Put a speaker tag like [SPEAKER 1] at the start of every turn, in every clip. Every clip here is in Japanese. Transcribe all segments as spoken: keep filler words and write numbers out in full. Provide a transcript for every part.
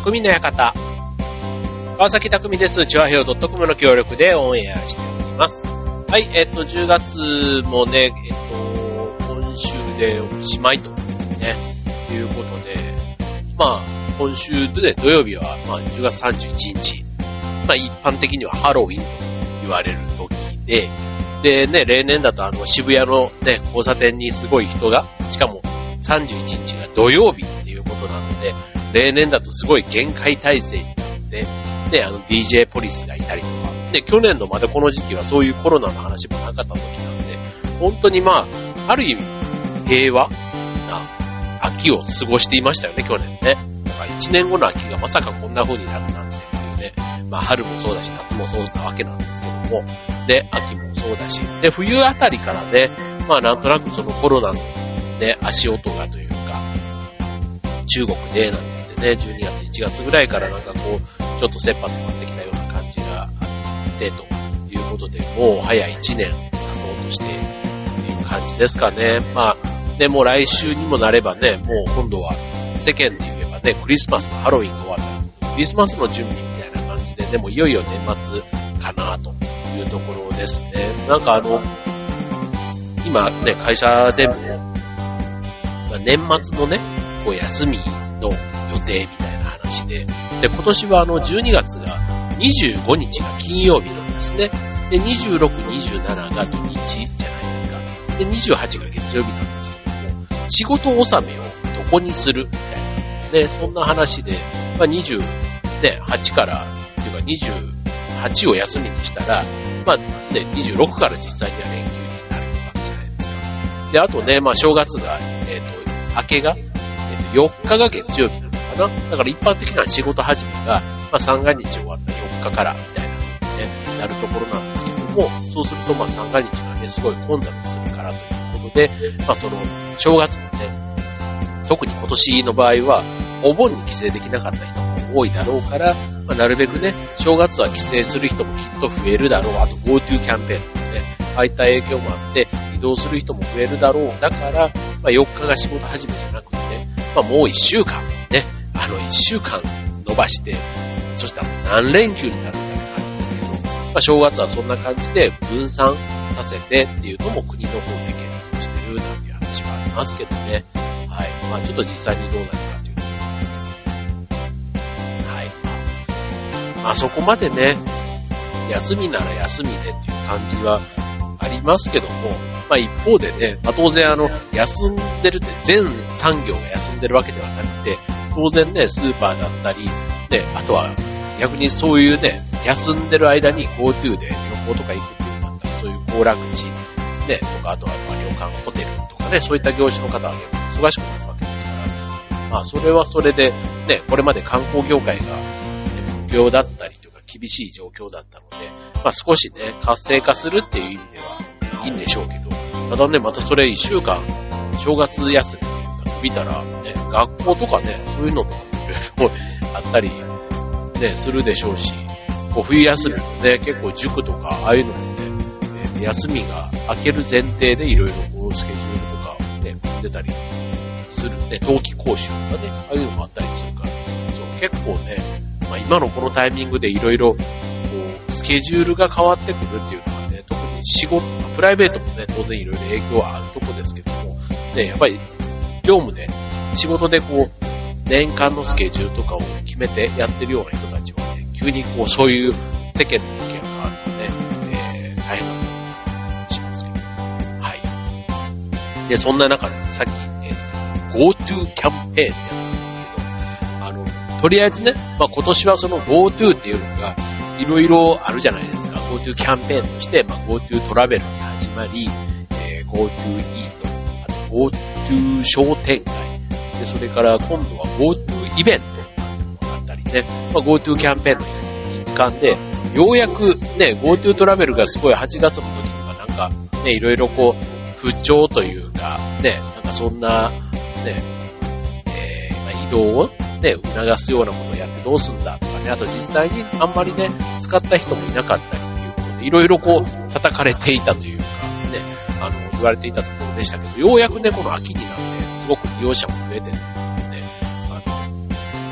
[SPEAKER 1] 匠の館。川崎匠です。チュアヘオ .com の協力でオンエアしております。はい、えっと、じゅうがつもね、えっと、今週でおしまいと、ね、いうことで、まあ、今週で土曜日は、まあ、じゅうがつさんじゅういちにち、まあ、一般的にはハロウィンと言われる時で、でね、例年だとあの、渋谷のね、交差点にすごい人が、しかもさんじゅういちにちが土曜日っていうことなので、例年だとすごい厳戒態勢になって、で、あの ディージェー ポリスがいたりとか、で、去年のまたこの時期はそういうコロナの話もなかった時なので、本当にまあ、ある意味、平和な秋を過ごしていましたよね、去年ね。だからいちねんごの秋がまさかこんな風になるなんていうね、まあ春もそうだし、夏もそうなわけなんですけども、で、秋もそうだし、で、冬あたりからね、まあなんとなくそのコロナのね、足音がというか、中国でなんて言ってね、じゅうにがつ、いちがつぐらいからなんかこう、ちょっと切羽詰まってきたような感じがあって、ということで、もう早いちねん経とうとしている感じですかね。まあ、で、もう来週にもなればね、もう今度は世間で言えばね、クリスマス、ハロウィンが終わったら、クリスマスの準備みたいな感じで、でもいよいよ年末かなというところですね。なんかあの、今ね、会社でも、まあ、年末のね、こう休みの予定みたいな話で、で、今年はあのじゅうにがつがにじゅうごにちが金曜日なんですね。で、にじゅうろく、にじゅうしちが土日じゃないですか。で、にじゅうはちが月曜日なんですけども、仕事納めをどこにするみたいな。で、そんな話で、まあ、にじゅうはちから、っていうかにじゅうはちを休みにしたら、まあ、ね、にじゅうろくから実際には連休になるわけじゃないですか。で、あとね、まあ、正月が、えっと、明けが、えっと、よっかが月曜日なのかな。だから一般的な仕事始めが、まあ、三が日終わったよっかから、みたいな風にね、なるところなんですけども、そうすると、まあ、三が日がね、すごい混雑するからということで、まあ、その、正月のね、特に今年の場合は、お盆に帰省できなかった人も多いだろうから、まあ、なるべくね、正月は帰省する人もきっと増えるだろう。あと GoTo キャンペーンとかね、ああいった影響もあって、移動する人も増えるだろう。だから、まあ、よっかが仕事始めじゃなくてね、まあ、もういっしゅうかんね、あのいっしゅうかん伸ばして、そしたら何連休になるみたいな感じですけど、まあ、正月はそんな感じで分散させてっていうのも国の方で検討してるなんていう話はありますけどね。はい。まあちょっと実際にどうなるかというところなんですけど。はい。まあそこまでね、休みなら休みでっていう感じはありますけども、まあ一方でね、まあ当然あの、休んでるって全産業が休んでるわけではなくて、当然ね、スーパーだったり、ね、あとは逆にそういうね、休んでる間に GoTo で旅行とか行くっていうんだったら、そういう行楽地、ね、とか、あとはまあ旅館、ホテルとかね、そういった業種の方は結構忙しくなるわけですから、まあそれはそれで、ね、これまで観光業界が、ね、不況だったりとか厳しい状況だったので、まあ少しね、活性化するっていう意味ではいいんでしょうけど、ただね、またそれいっしゅうかん、正月休みというか伸びたら、ね、学校とかね、そういうのとかいろいろあったり、ね、するでしょうし、こう冬休みもね、結構塾とか、ああいうのもね、えー、休みが明ける前提でいろいろこうスケジュールとかをね、組んでたりするね、冬季講習とかね、ああいうのもあったりするから、そう、結構ね、まあ今のこのタイミングでいろいろ、こう、スケジュールが変わってくるっていうのはね、特に仕事、プライベートもね、当然いろいろ影響はあるとこですけども、ね、やっぱり、業務で、仕事でこう、年間のスケジュールとかを決めてやってるような人たちはね、急にこう、そういう世間の意見があるとね、えー、大変なことにしますけど。はい。で、そんな中で、さっき、えー、GoTo キャンペーンってやつなんですけど、あの、とりあえずね、まあ、今年はその GoTo っていうのが、いろいろあるじゃないですか。GoTo キャンペーンとして、まあ、GoTo トラベルに始まり、えー、GoTo イート、あと GoTo 商店街、で、それから今度は GoTo イベントなんていうのがあったりね、まあ、GoTo キャンペーンの一環で、ようやくね、GoTo トラベルがすごいはちがつの時にはなんかね、いろいろこう、不調というか、ね、なんかそんな、ね、えー、まあ、移動をね、促すようなものをやってどうすんだとかね、あと実際にあんまりね、使った人もいなかったりということで、いろいろこう、叩かれていたというか、ね、あの、言われていたところでしたけど、ようやくね、この秋になって、すごく利用者も増えてるので、あの、まあ、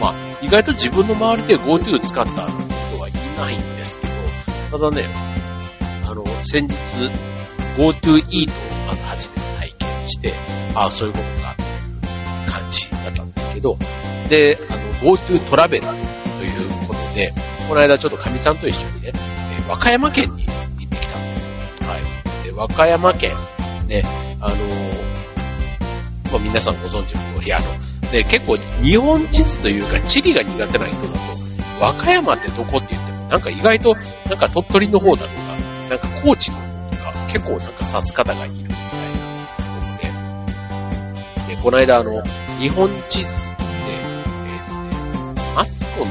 [SPEAKER 1] 意外と自分の周りで GoTo 使った人はいないんですけど、ただね、あの、先日 GoTo イートをまず初めて体験して、ああ、そういうことかっていう感じだったんですけど、で、あの、GoTo トラベルということで、この間ちょっと神さんと一緒にね、えー、和歌山県に行ってきたんですよ。はい。で、和歌山県、ね、あのー、まあ、皆さんご存知の通り、あの、ね、結構日本地図というか地理が苦手な人だと、和歌山ってどこって言っても、なんか意外と、なんか鳥取の方だとか、なんか高知の方とか、結構なんか指す方がいるみたいなことで、で、この間あの、日本地図で、えっとね、マツコの、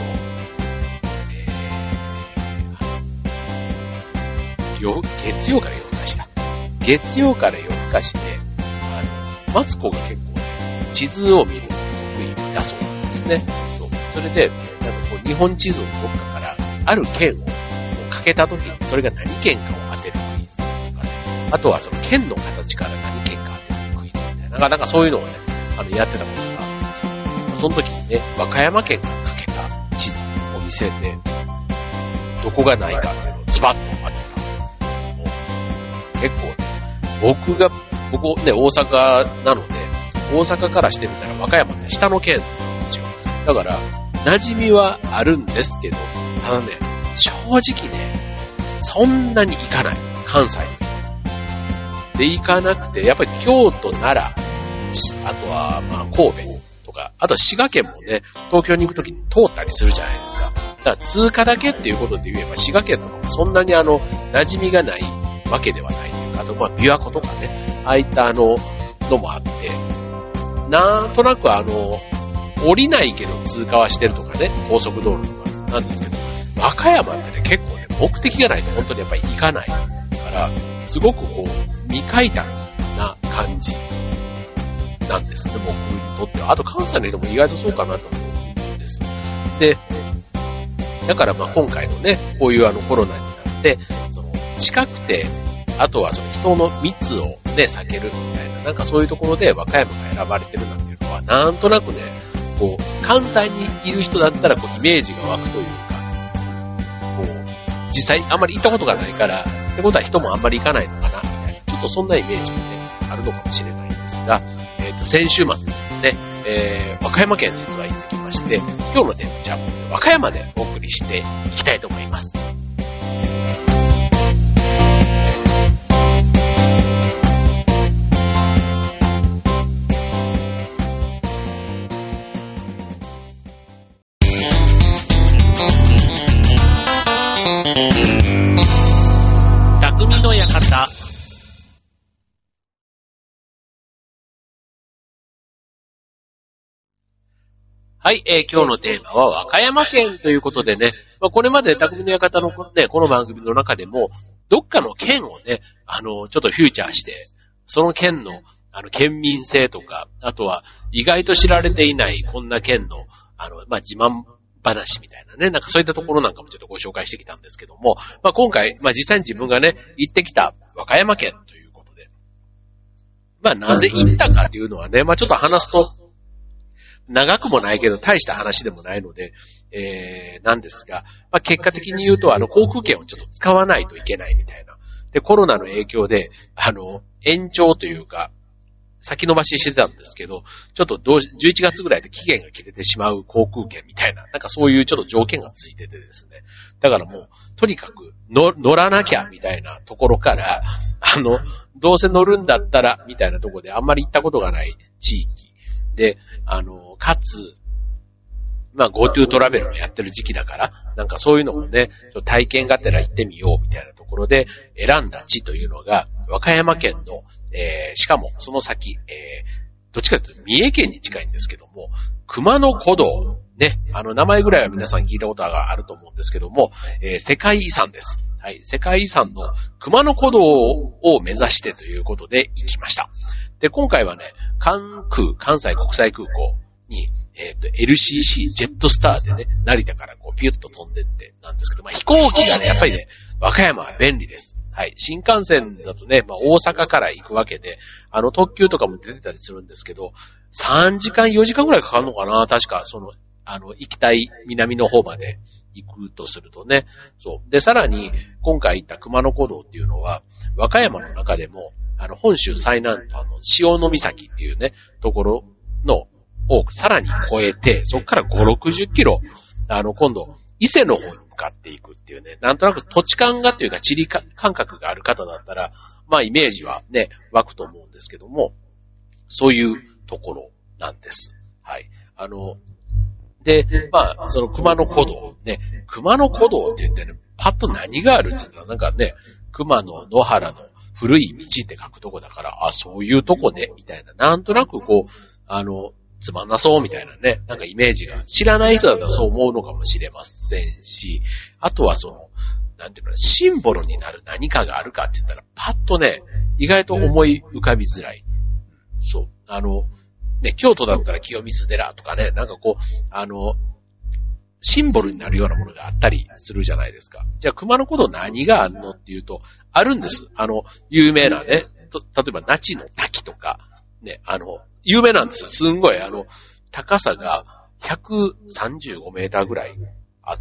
[SPEAKER 1] えー、よ、月曜から夜更かした。月曜から夜更かして、あの、マツコが結構ね、地図を見るのが得意だそうなんですね。そう。それで、なんかこう、日本地図のどっかから、ある県をかけたときに、それが何県かを当てるクイズとかね。あとはその県の形から何県か当てるクイズみたいな。なかなかそういうのをね、あの、やってたことがあるんですよ。その時にね、和歌山県からかけた地図を見せて、どこがないかっていうのをズバッと当てた。結構ね、僕が、僕ね、大阪なので、大阪からしてみたら和歌山って下の県なんですよ。だから、馴染みはあるんですけど、ただね、正直ね、そんなに行かない。関西の人。で、行かなくて、やっぱり京都、奈良、あとは、まあ、神戸とか、あと滋賀県もね、東京に行くときに通ったりするじゃないですか。だから通過だけっていうことで言えば、滋賀県とかもそんなにあの、馴染みがないわけではないというか、あと、まあ、琵琶湖とかね、ああいったあの、のもあって、なんとなくあの、降りないけど通過はしてるとかね、高速道路とかなんですけど、和歌山ってね、結構ね、目的がないと本当にやっぱり行かないから、すごくこう、未開拓な感じなんですね、僕にとっては。あと関西の人も意外とそうかなと思うんです。で、だからまあ今回のね、こういうあのコロナになって、その、近くて、あとはその人の密をね、避けるみたいな、なんかそういうところで和歌山が選ばれてるなんていうのは、なんとなくね、こう、関西にいる人だったらこう、イメージが湧くというか、こう、実際あんまり行ったことがないから、ってことは人もあんまり行かないのかな、みたいな、ちょっとそんなイメージもね、あるのかもしれないんですが、えっと、先週末ね、えー、和歌山県実は行ってきまして、今日のテーマじゃあ、和歌山でお送りしていきたいと思います。匠の館。はい、えー、今日のテーマは和歌山県ということでね、まあ、これまで匠の館のね、この番組の中でも、どっかの県をね、あの、ちょっとフューチャーして、その県の、あの、県民性とか、あとは、意外と知られていないこんな県の、あの、まあ、自慢話みたいなね、なんかそういったところなんかもちょっとご紹介してきたんですけども、まあ、今回、まあ、実際に自分がね、行ってきた和歌山県ということで、まあ、なぜ行ったかっていうのはね、まあ、ちょっと話すと、長くもないけど大した話でもないので、えー、なんですが、まあ、結果的に言うと、あの、航空券をちょっと使わないといけないみたいな。で、コロナの影響で、あの、延長というか、先延ばししてたんですけど、ちょっとどうじゅういちがつぐらいで期限が切れてしまう航空券みたいな、なんかそういうちょっと条件がついててですね。だからもう、とにかく乗、乗らなきゃみたいなところから、あの、どうせ乗るんだったら、みたいなところであんまり行ったことがない地域。で、あの、かつ、まあ GoTo トラベルをやってる時期だから、なんかそういうのもね、体験がてら行ってみようみたいなところで選んだ地というのが、和歌山県の、えー、しかもその先、えー、どっちかというと三重県に近いんですけども、熊野古道、ね、あの名前ぐらいは皆さん聞いたことがあると思うんですけども、えー、世界遺産です。はい、世界遺産の熊野古道を目指してということで行きました。で、今回はね、関空、関西国際空港に、えっと、エルシーシー、ジェットスターでね、成田からこう、ピュッと飛んでってなんですけど、まあ、飛行機がね、やっぱりね、和歌山は便利です。はい。新幹線だとね、まあ、大阪から行くわけで、あの、特急とかも出てたりするんですけど、さんじかん、よじかんぐらいかかるのかな、確か、その、 あの、行きたい南の方まで行くとするとね。そう。で、さらに、今回行った熊野古道っていうのは、和歌山の中でも、あの、本州最南端の潮岬っていうね、ところの、をさらに越えて、そこからご、ろくじゅっキロ、あの、今度、伊勢の方に向かっていくっていうね、なんとなく土地感がというか地理感覚がある方だったら、まあイメージはね、湧くと思うんですけども、そういうところなんです。はい。あの、で、まあ、その熊野古道、ね、熊野古道って言ってね、パッと何があるって言ったら、なんかね、熊野野原の古い道って書くとこだから、あ、そういうとこね、みたいな、なんとなくこう、あの、つまんなそうみたいなね、なんかイメージが、知らない人だったらそう思うのかもしれませんし、あとはその、なんていうの、シンボルになる何かがあるかって言ったら、パッとね、意外と思い浮かびづらい。そう。あの、ね、京都だったら清水寺とかね、なんかこう、あの、シンボルになるようなものがあったりするじゃないですか。じゃあ、熊野古道何があるのっていうと、あるんです。あの、有名なね、と例えば、那智の滝とか、ね、あの、有名なんですよ。すんごい、あの、高さがひゃくさんじゅうごメーターぐらいあって、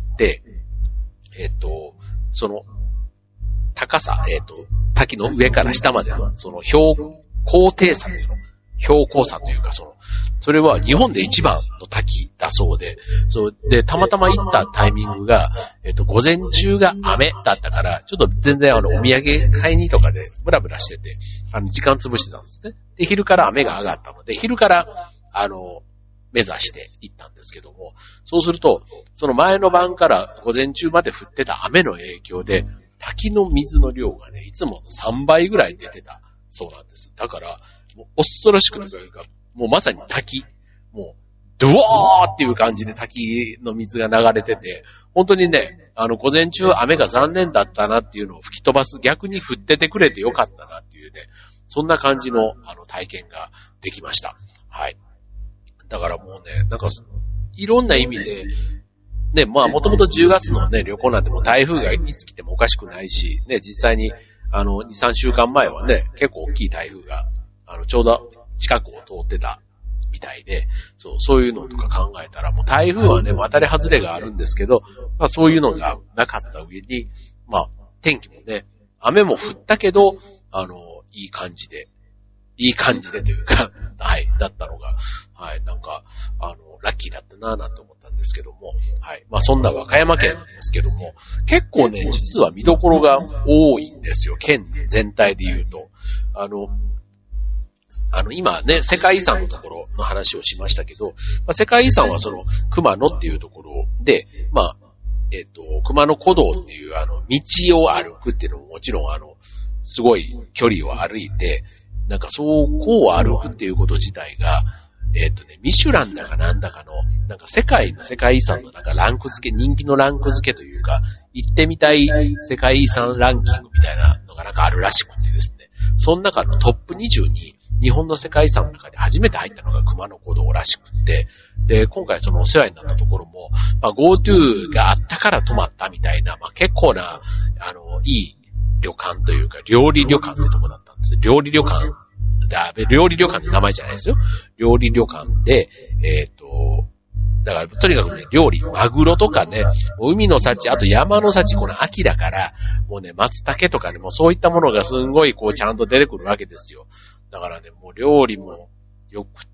[SPEAKER 1] えっと、その、高さ、えっと、滝の上から下までの、その標高低差っていうの、標高差というか、その、それは日本で一番の滝だそうで、そうで、たまたま行ったタイミングが、えっと、午前中が雨だったから、ちょっと全然あの、お土産買いにとかでブラブラしてて、あの、時間潰してたんですね。で、昼から雨が上がったので、昼から、あの、目指して行ったんですけども、そうすると、その前の晩から午前中まで降ってた雨の影響で、滝の水の量がね、いつものさんばいぐらい出てたそうなんです。だから、もう恐ろしくというか、もうまさに滝、もう、ドワーっていう感じで滝の水が流れてて、本当にね、あの、午前中雨が残念だったなっていうのを吹き飛ばす、逆に降っててくれてよかったなっていうね、そんな感じの、あの、体験ができました。はい。だからもうね、なんか、いろんな意味で、ね、まあ、もともとじゅうがつのね、旅行なんてもう台風がいつ来てもおかしくないし、ね、実際に、あの、に、さんしゅうかんまえはね、結構大きい台風が、あの、ちょうど近くを通ってたみたいで、そう、そういうのとか考えたら、もう台風はね、当たり外れがあるんですけど、まあそういうのがなかった上に、まあ、天気もね、雨も降ったけど、あの、いい感じで、いい感じでというか、はい、だったのが、はい、なんか、あの、ラッキーだったなぁなんて思ったんですけども、はい、まあそんな和歌山県ですけども、結構ね、実は見どころが多いんですよ、県全体で言うと。あの、あの、今ね、世界遺産のところの話をしましたけど、まあ、世界遺産はその、熊野っていうところで、まあ、えっと、熊野古道っていうあの、道を歩くっていうのももちろんあの、すごい距離を歩いて、なんかそこを歩くっていうこと自体が、えっとね、ミシュランだかなんだかの、なんか世界の世界遺産のなんかランク付け、人気のランク付けというか、行ってみたい世界遺産ランキングみたいなのがなんかあるらしくてですね、その中のトップにじゅうに、日本の世界遺産の中で初めて入ったのが熊野古道らしくって、で、今回そのお世話になったところも、まあ GoTo があったから泊まったみたいな、まあ結構な、あの、いい旅館というか、料理旅館ってとこだったんです。料理旅館だ、料理旅館って名前じゃないですよ。料理旅館で、えっと、だからとにかくね、料理、マグロとかね、海の幸、あと山の幸、この秋だから、もうね、松茸とかね、もうそういったものがすんごいこうちゃんと出てくるわけですよ。だからね、もう料理も良くって、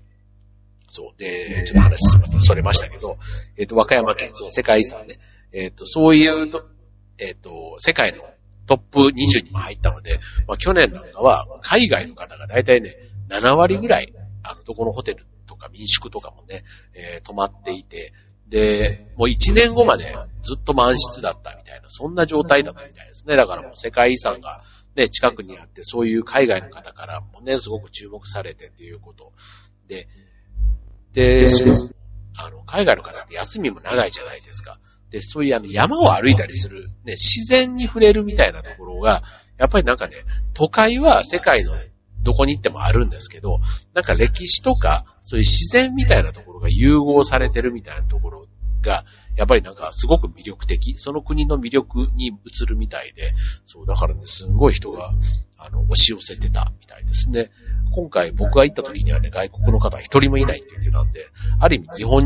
[SPEAKER 1] そう。で、ちょっと話またそれましたけど、えっと、和歌山県、そう、世界遺産ね、えっと、そういうと、えっと、世界のトップにじゅうにも入ったので、まあ去年なんかは海外の方がだいたいね、ななわりぐらい、あの、どこのホテルとか民宿とかもね、えー、泊まっていて、で、もういちねんごまでずっと満室だったみたいな、そんな状態だったみたいですね。だからもう世界遺産が、ね、近くにあって、そういう海外の方からもね、すごく注目されてっていうことで、で、あの、海外の方って休みも長いじゃないですか。で、そういうあの山を歩いたりする、ね、自然に触れるみたいなところが、やっぱりなんかね、都会は世界のどこに行ってもあるんですけど、なんか歴史とか、そういう自然みたいなところが融合されてるみたいなところが、やっぱりなんかすごく魅力的、その国の魅力に映るみたいで、そう、だからね、すんごい人が、あの、押し寄せてたみたいですね。今回僕が行った時にはね、外国の方は一人もいないって言ってたんで、ある意味日本人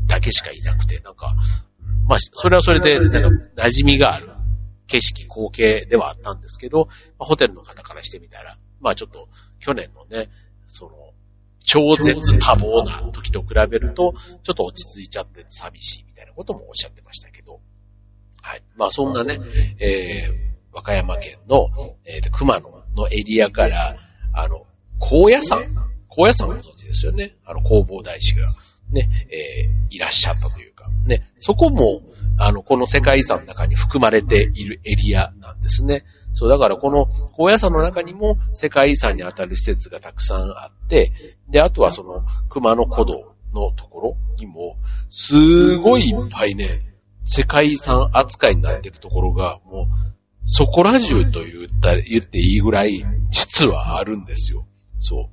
[SPEAKER 1] だけしかいなくて、なんか、まあ、それはそれで、なんか、馴染みがある景色、光景ではあったんですけど、まあ、ホテルの方からしてみたら、まあちょっと、去年のね、その、超絶多忙な時と比べると、ちょっと落ち着いちゃって寂しいみたいなこともおっしゃってましたけど、はい。まあそんなね、えー、和歌山県の、えー、熊野のエリアから、あの、高野山、高野山ご存知ですよね。あの、弘法大師が、ね、えー、いらっしゃったというか、ね、そこも、あの、この世界遺産の中に含まれているエリアなんですね。そう、だからこの高野山の中にも世界遺産にあたる施設がたくさんあって、で、あとはその熊野古道のところにも、すごいいっぱいね、世界遺産扱いになっているところが、もう、そこら中と言った、言っていいぐらい、実はあるんですよ。そう。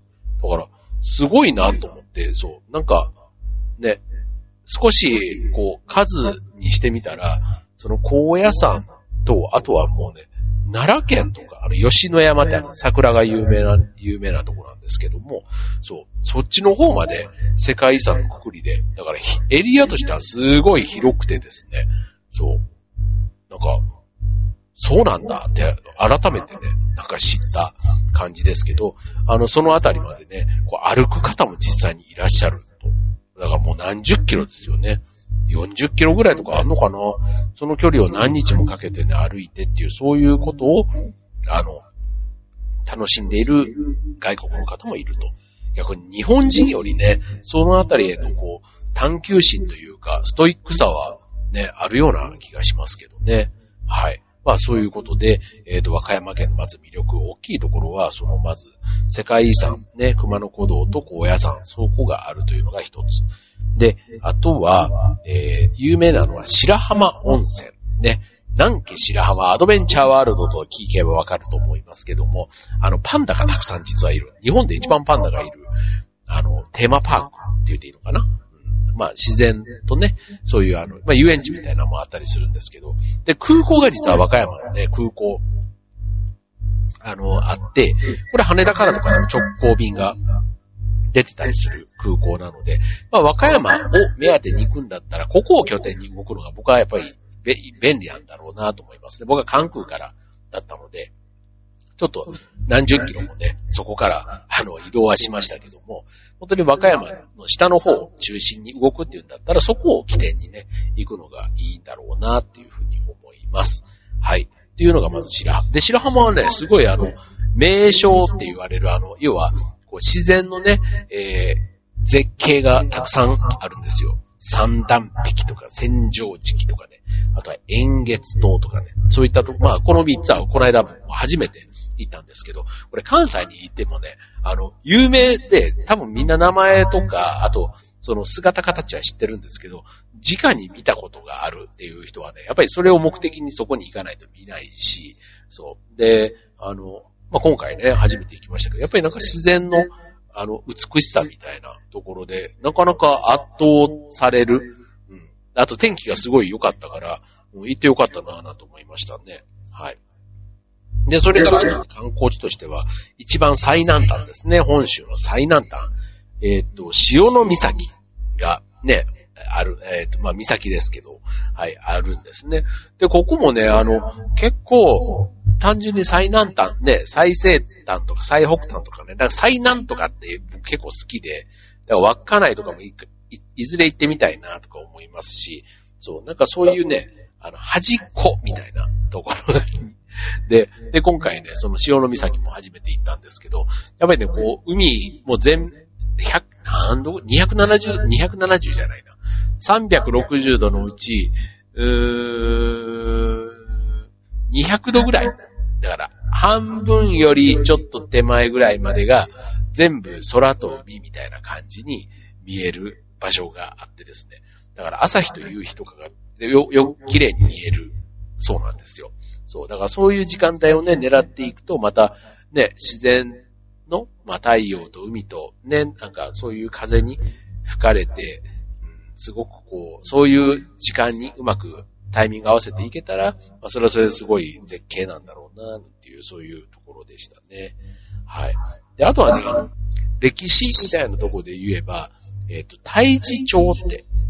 [SPEAKER 1] だから、すごいなと思って、そう。なんか、ね、少し、こう、数にしてみたら、その高野山と、あとはもうね、奈良県とか、あの、吉野山ってあの、桜が有名な、有名なところなんですけども、そう、そっちの方まで世界遺産のくくりで、だからエリアとしてはすごい広くてですね、そう、なんか、そうなんだって、改めてね、なんか知った感じですけど、あの、そのあたりまでね、こう歩く方も実際にいらっしゃると。だからもう何十キロですよね。よんじゅっキロぐらいとかあんのかな。その距離を何日もかけてね、歩いてっていう、そういうことを、あの、楽しんでいる外国の方もいると。逆に日本人よりね、そのあたりへのこう、探求心というか、ストイックさはね、あるような気がしますけどね。はい。まあそういうことで、えっと、和歌山県のまず魅力、大きいところは、そのまず、世界遺産、ね、熊野古道と高野山、そこがあるというのが一つ。で、あとは、えー、有名なのは白浜温泉。ね。南家白浜アドベンチャーワールドと聞けばわかると思いますけども、あの、パンダがたくさん実はいる。日本で一番パンダがいる、あの、テーマパークって言っていいのかな。まあ、自然とね、そういうあの、まあ、遊園地みたいなのもあったりするんですけど、で、空港が実は和歌山のね、空港、あの、あって、これ羽田からとかでも直行便が出てたりする空港なので、まあ、和歌山を目当てに行くんだったら、ここを拠点に動くのが僕はやっぱり便利なんだろうなと思いますね。僕は関空からだったので、ちょっと何十キロもね、そこからあの移動はしましたけども、本当に和歌山の下の方を中心に動くっていうんだったら、そこを起点にね、行くのがいいんだろうなっていうふうに思います。はい。っていうのがまず白浜。で、白浜はね、すごいあの、名所って言われるあの、要は、こう自然のね、えー、絶景がたくさんあるんですよ。三段壁とか千畳敷とかね、あとは円月島とかね、そういったとこ、まあこのみっつはこの間初めて行ったんですけど、これ関西に行ってもね、あの、有名で多分みんな名前とか、あと、その姿形は知ってるんですけど、直に見たことがあるっていう人はね、やっぱりそれを目的にそこに行かないと見ないし、そう。で、あの、まあ、今回ね、初めて行きましたけど、やっぱりなんか自然の、あの、美しさみたいなところで、なかなか圧倒される。うん。あと天気がすごい良かったから、もう行って良かったなぁなと思いましたね。はい。で、それから観光地としては、一番最南端ですね。本州の最南端。えっと、潮の岬がね、ある、えっと、まあ、岬ですけど、はい、あるんですね。で、ここもね、あの、結構、単純に最南端、ね、最西端とか最北端とかね、だから最南とかって僕結構好きで、だから稚内とかも い, い, いずれ行ってみたいなとか思いますし、そう、なんかそういうね、あの、端っこみたいなところで、で、今回ね、その潮の岬も初めて行ったんですけど、やっぱりね、こう、海、もう全、ひゃく、何度 ?にひゃくななじゅう、にひゃくななじゅうじゃないな。さんびゃくろくじゅうどのうち、うーん、にひゃくどぐらい。だから、半分よりちょっと手前ぐらいまでが、全部空と海みたいな感じに見える場所があってですね。だから朝日と夕日とかがよ、よ、綺麗に見えるそうなんですよ。そう。だからそういう時間帯をね、狙っていくと、またね、自然の、まあ太陽と海とね、なんかそういう風に吹かれて、うん、すごくこう、そういう時間にうまくタイミング合わせていけたら、まあそれはそれですごい絶景なんだろうな、っていう、そういうところでしたね。はい。で、あとはね、歴史みたいなところで言えば、えっと、太地町って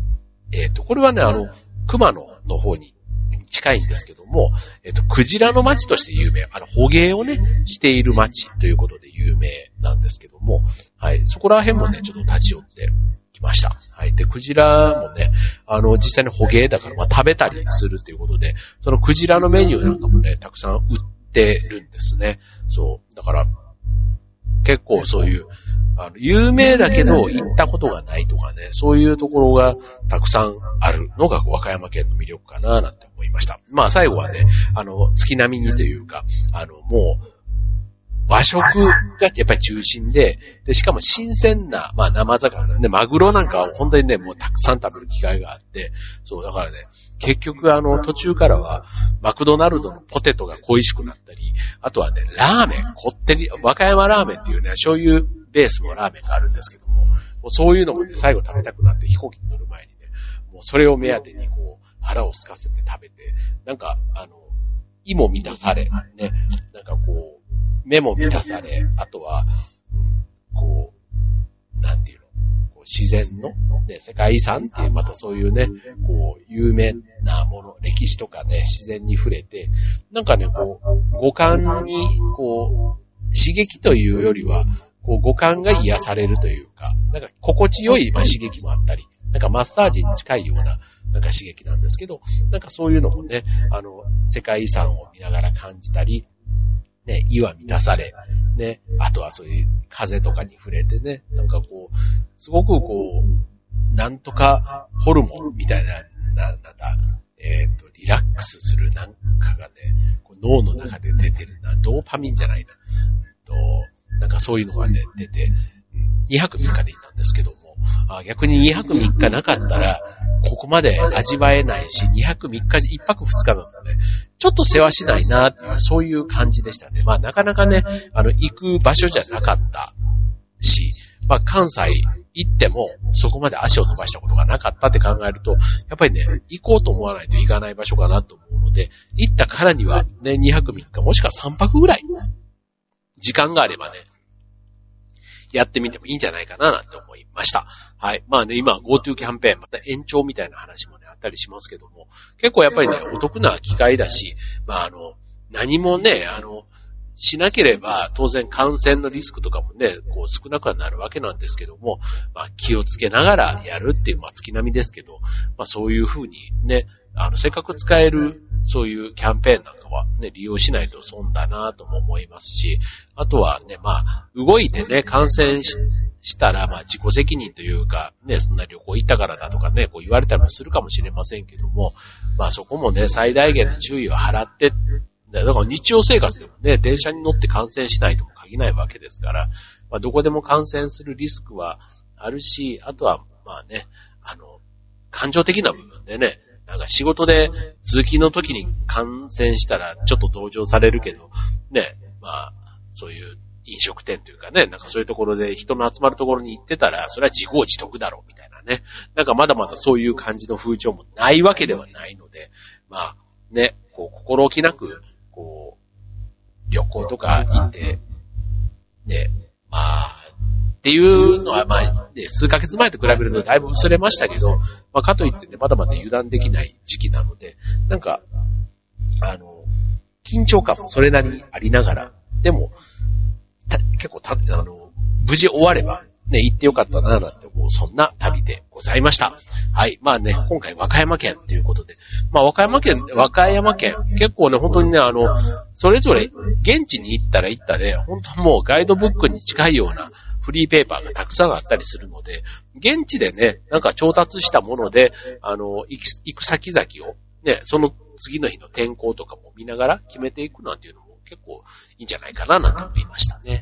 [SPEAKER 1] えっと、これはね、あの、熊野の方に近いんですけども、えっと、クジラの町として有名。あの、捕鯨をね、している町ということで有名なんですけども、はい、そこら辺もね、ちょっと立ち寄ってきました。はい。で、クジラもね、あの、実際に捕鯨だから、まあ、食べたりするっていうことで、そのクジラのメニューなんかもね、たくさん売ってるんですね。そう。だから、結構そういう、あの、有名だけど行ったことがないとかね、そういうところがたくさんあるのが和歌山県の魅力かななんて思いました。まあ最後はね、あの、月並みにというか、あの、もう、和食がやっぱり中心で、で、しかも新鮮な、まあ生魚ね、マグロなんかは本当にね、もうたくさん食べる機会があって、そう、だからね、結局あの、途中からは、マクドナルドのポテトが恋しくなったり、あとはね、ラーメン、こってり、和歌山ラーメンっていうね、醤油ベースのラーメンがあるんですけども、もうそういうのもね、最後食べたくなって飛行機に乗る前にね、もうそれを目当てにこう、腹を空かせて食べて、なんか、あの、胃も満たされ、ね、なんかこう、目も満たされ、あとは、こう、なんていうの、こう自然の、ね、世界遺産っていう、またそういうね、こう、有名なもの、歴史とかね、自然に触れて、なんかね、こう、五感に、こう、刺激というよりは、こう、五感が癒されるというか、なんか心地よい、まあ、刺激もあったり、なんかマッサージに近いような、なんか刺激なんですけど、なんかそういうのもね、あの、世界遺産を見ながら感じたり、ね、胃は満たされ、ね、あとはそういう風とかに触れてね、なんかこう、すごくこう、なんとかホルモンみたいな、な、なんだ、えっと、リラックスするなんかがね、こう脳の中で出てるな、ドーパミンじゃないな、と、なんかそういうのがね、出て、にはくみっかで行ったんですけども、あ、逆ににはくみっかなかったら、ここまで味わえないし、にはくみっか、いっぱくふつかだとね、ちょっと世話しないなっていう、そういう感じでしたね。まあなかなかね、あの、行く場所じゃなかったし、まあ関西行っても、そこまで足を伸ばしたことがなかったって考えると、やっぱりね、行こうと思わないと行かない場所かなと思うので、行ったからにはね、にはくみっか、もしくはさんぱくぐらい、時間があればね、やってみてもいいんじゃないかななんて思いました。はい。まあね、今 GoTo キャンペーン、また延長みたいな話もね、あったりしますけども、結構やっぱりね、お得な機会だし、まああの、何もね、あの、しなければ当然感染のリスクとかもね、こう少なくはなるわけなんですけども、まあ気をつけながらやるっていう、まあ月並みですけど、まあそういうふうにね、あの、せっかく使える、そういうキャンペーンなんかはね、利用しないと損だなとも思いますし、あとはね、まあ、動いてね、感染 し, したら、まあ自己責任というか、ね、そんな旅行行ったからだとかね、こう言われたりもするかもしれませんけども、まあそこもね、最大限の注意を払って、だから日常生活でもね、電車に乗って感染しないとも限らないわけですから、まあどこでも感染するリスクはあるし、あとはまあね、あの、感情的な部分でね、なんか仕事で通勤の時に感染したらちょっと同情されるけど、ね、まあ、そういう飲食店というかね、なんかそういうところで人の集まるところに行ってたら、それは自業自得だろうみたいなね。なんかまだまだそういう感じの風潮もないわけではないので、まあ、ね、こう心置きなく、こう、旅行とか行って、ね、まあ、っていうのは、まあ、ね、数ヶ月前と比べるとだいぶ薄れましたけど、まあ、かといってね、まだまだ油断できない時期なので、なんか、あの、緊張感もそれなりにありながら、でも、結構た、あの、無事終われば、ね、行ってよかったな、なんて思う、そんな旅でございました。はい。まあね、今回和歌山県ということで、まあ和歌山県、和歌山県、結構ね、本当にね、あの、それぞれ現地に行ったら行ったで、本当もうガイドブックに近いようなフリーペーパーがたくさんあったりするので、現地でね、なんか調達したもので、あの、行く、行く先々を、ね、その次の日の天候とかも見ながら決めていくなんていうのも結構いいんじゃないかな、なんて思いましたね。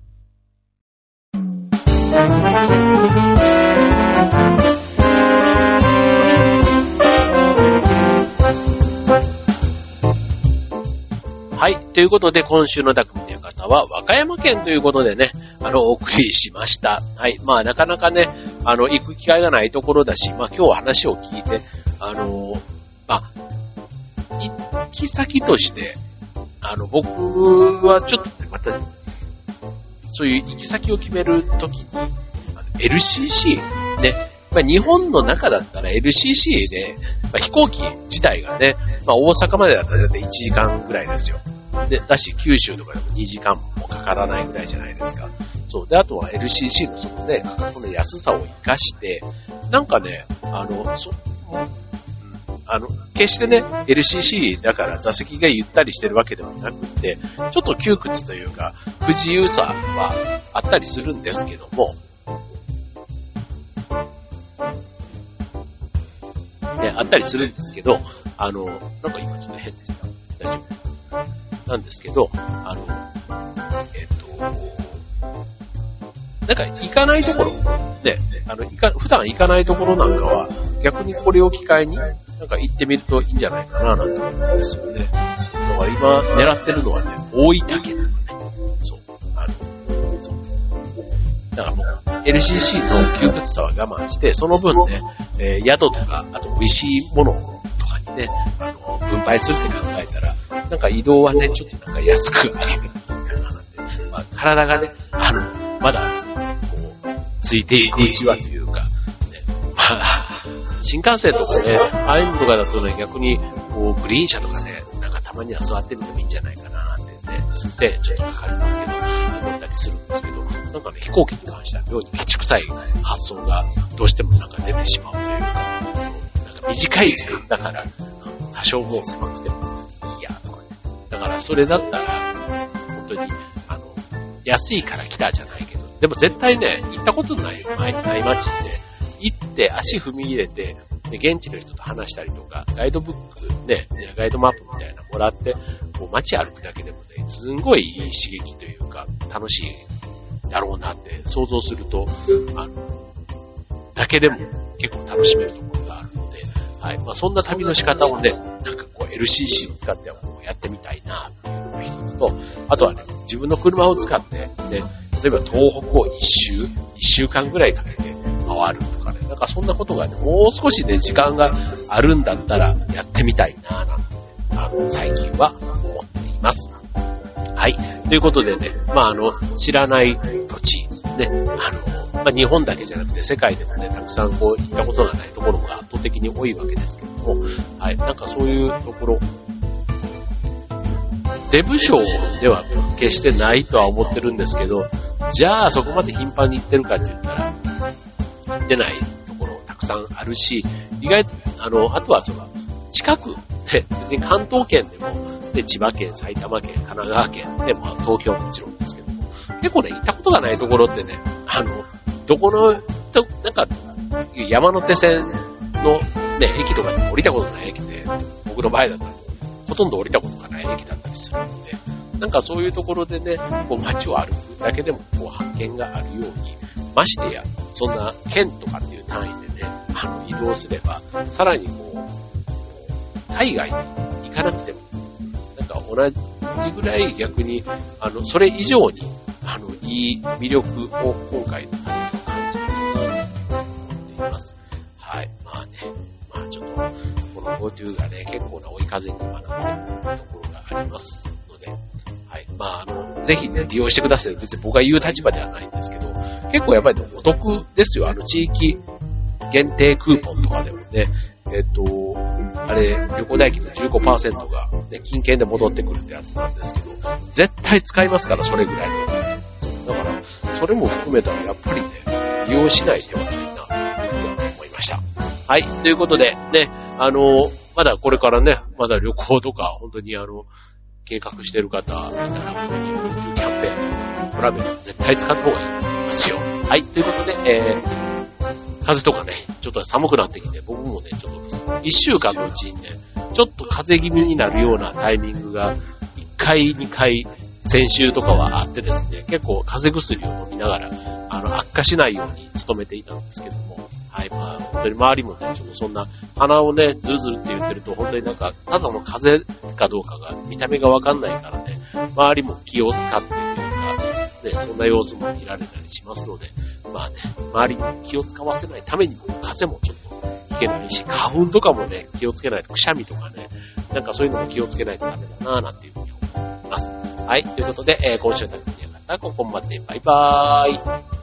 [SPEAKER 1] はい。ということで、今週の匠の館は和歌山県ということでね、あの、お送りしました。はい。まあ、なかなかね、あの、行く機会がないところだし、まあ、今日話を聞いて、あの、まあ、行き先として、あの、僕はちょっとね、また、そういう行き先を決めるときに、エルシーシー ね、 まあ、日本の中だったら エルシーシー で、まあ、飛行機自体がね、まあ、大阪までだったらだいたいいちじかんぐらいですよ。で、だし、九州とかでもにじかんもかからないぐらいじゃないですか。そう。で、あとは エルシーシー のそのね、価格の安さを活かして、なんかね、あの、そ、あの、決してね、エルシーシー だから座席がゆったりしてるわけでもなくって、ちょっと窮屈というか、不自由さはあったりするんですけども、ね、あったりするんですけど、あの、なんか今ちょっと変でした。大丈夫なんですけど、あの、えっと、なんか行かないところ、ね、あの、行か、普段行かないところなんかは、逆にこれを機会に、なんか行ってみるといいんじゃないかな、なんて思うんですよね。だから今狙ってるのはね、大分県なのね。そう。あの、そう。だからもう、エルシーシー の窮屈さは我慢して、その分ね、えー、宿とか、あと美味しいものとかにね、あの、分配するって考えたら、なんか移動はね、ちょっとなんか安く上げてもいいかな、なんて。まあ、体がね、あの、まだ、こう、ついていくうちはというか、ね、まあ、新幹線とかね、ああいうのとかだとね、逆に、こう、グリーン車とかね、なんかたまには座ってみてもいいんじゃないかな、なんてね、数千円ちょっとかかりますけど、思ったりするんですけど、なんかね、飛行機に関しては妙にケチくさい発想がどうしてもなんか出てしまうというか、なんか短い時間だから、多少もう狭くてもいいや、とかね。だからそれだったら、本当に、あの、安いから来たじゃないけど、でも絶対ね、行ったことない、ない街って、行って足踏み入れて、で現地の人と話したりとか、ガイドブックね、ガイドマップみたいなのもらって、こう街歩くだけでもね、すんごいいい刺激というか、楽しいだろうなって想像すると、あの、だけでも結構楽しめるところがあるので、はい。まあそんな旅の仕方をね、なんかこう エルシーシー を使ってはこうやってみたいなっていうのが一つと、あとはね、自分の車を使って、ね、例えば東北を一周、一週間ぐらいかけて回るとかね、なんかそんなことがね、もう少しね、時間があるんだったらやってみたいなぁなんて、あの、最近は思っています。はい。ということでね、まああの、知らない土地、ね、あの、まあ日本だけじゃなくて世界でもね、たくさんこう行ったことがないところが圧倒的に多いわけですけども、はい。なんかそういうところ、デブ賞では決してないとは思ってるんですけど、じゃあそこまで頻繁に行ってるかって言ったら、行ってないところたくさんあるし、意外と、あの、あとはその、近く、ね、別に関東圏でも、で、千葉県、埼玉県、神奈川県、で、まあ東京ももちろんですけども、結構ね、行ったことがないところってね、あの、どこの、となんか、山手線のね、駅とかに降りたことない駅で、僕の場合だったら、ほとんど降りたことがない駅だったりするので、なんかそういうところでね、こう街を歩くだけでもこう発見があるように、ましてや、そんな県とかっていう単位でね、あの移動すれば、さらにこう、海外に行かなくても、なんか同じぐらい逆に、あの、それ以上に、あの、いい魅力を今回の旅を感じると思っています。はい。まあね、まあちょっと、この GoTo がね、結構な追い風にはなっているところがありますので、はい。まああの、ぜひね、利用してください。別に僕が言う立場ではないんですけど、結構やっぱり、ね、お得ですよ。あの、地域限定クーポンとかでもね、えっと、あれ、旅行代金の じゅうごパーセント が、ね、金券で戻ってくるってやつなんですけど、絶対使いますから、それぐらいの。だから、それも含めたらやっぱりね、利用しない手はないな、というふうに思いました。はい、ということで、ね、あの、まだこれからね、まだ旅行とか、本当にあの、計画してる方いたら、本当に GoTo キャンペーン、トラベル絶対使った方がいいと思いますよ。はい、ということで、えー、風邪とかね、ちょっと寒くなってきて、僕もね、ちょっと、一週間のうちにね、ちょっと風邪気味になるようなタイミングが、一回、二回、先週とかはあってですね、結構風邪薬を飲みながら、あの、悪化しないように努めていたんですけども、はい、まあ、本当に周りもね、ちょっとそんな、鼻をね、ズルズルって言ってると、本当になんか、ただの風邪かどうかが、見た目がわかんないからね、周りも気を使ってというか、ね、そんな様子も見られたりしますので、まあね、周りに気を使わせないためにも、風邪もちょっとひけないし、花粉とかもね、気をつけないと、くしゃみとかね、なんかそういうのも気をつけないとダメだなぁ、なんていうふうに思います。はい、ということで、えー、今週の旅にあったここまで、バイバーイ。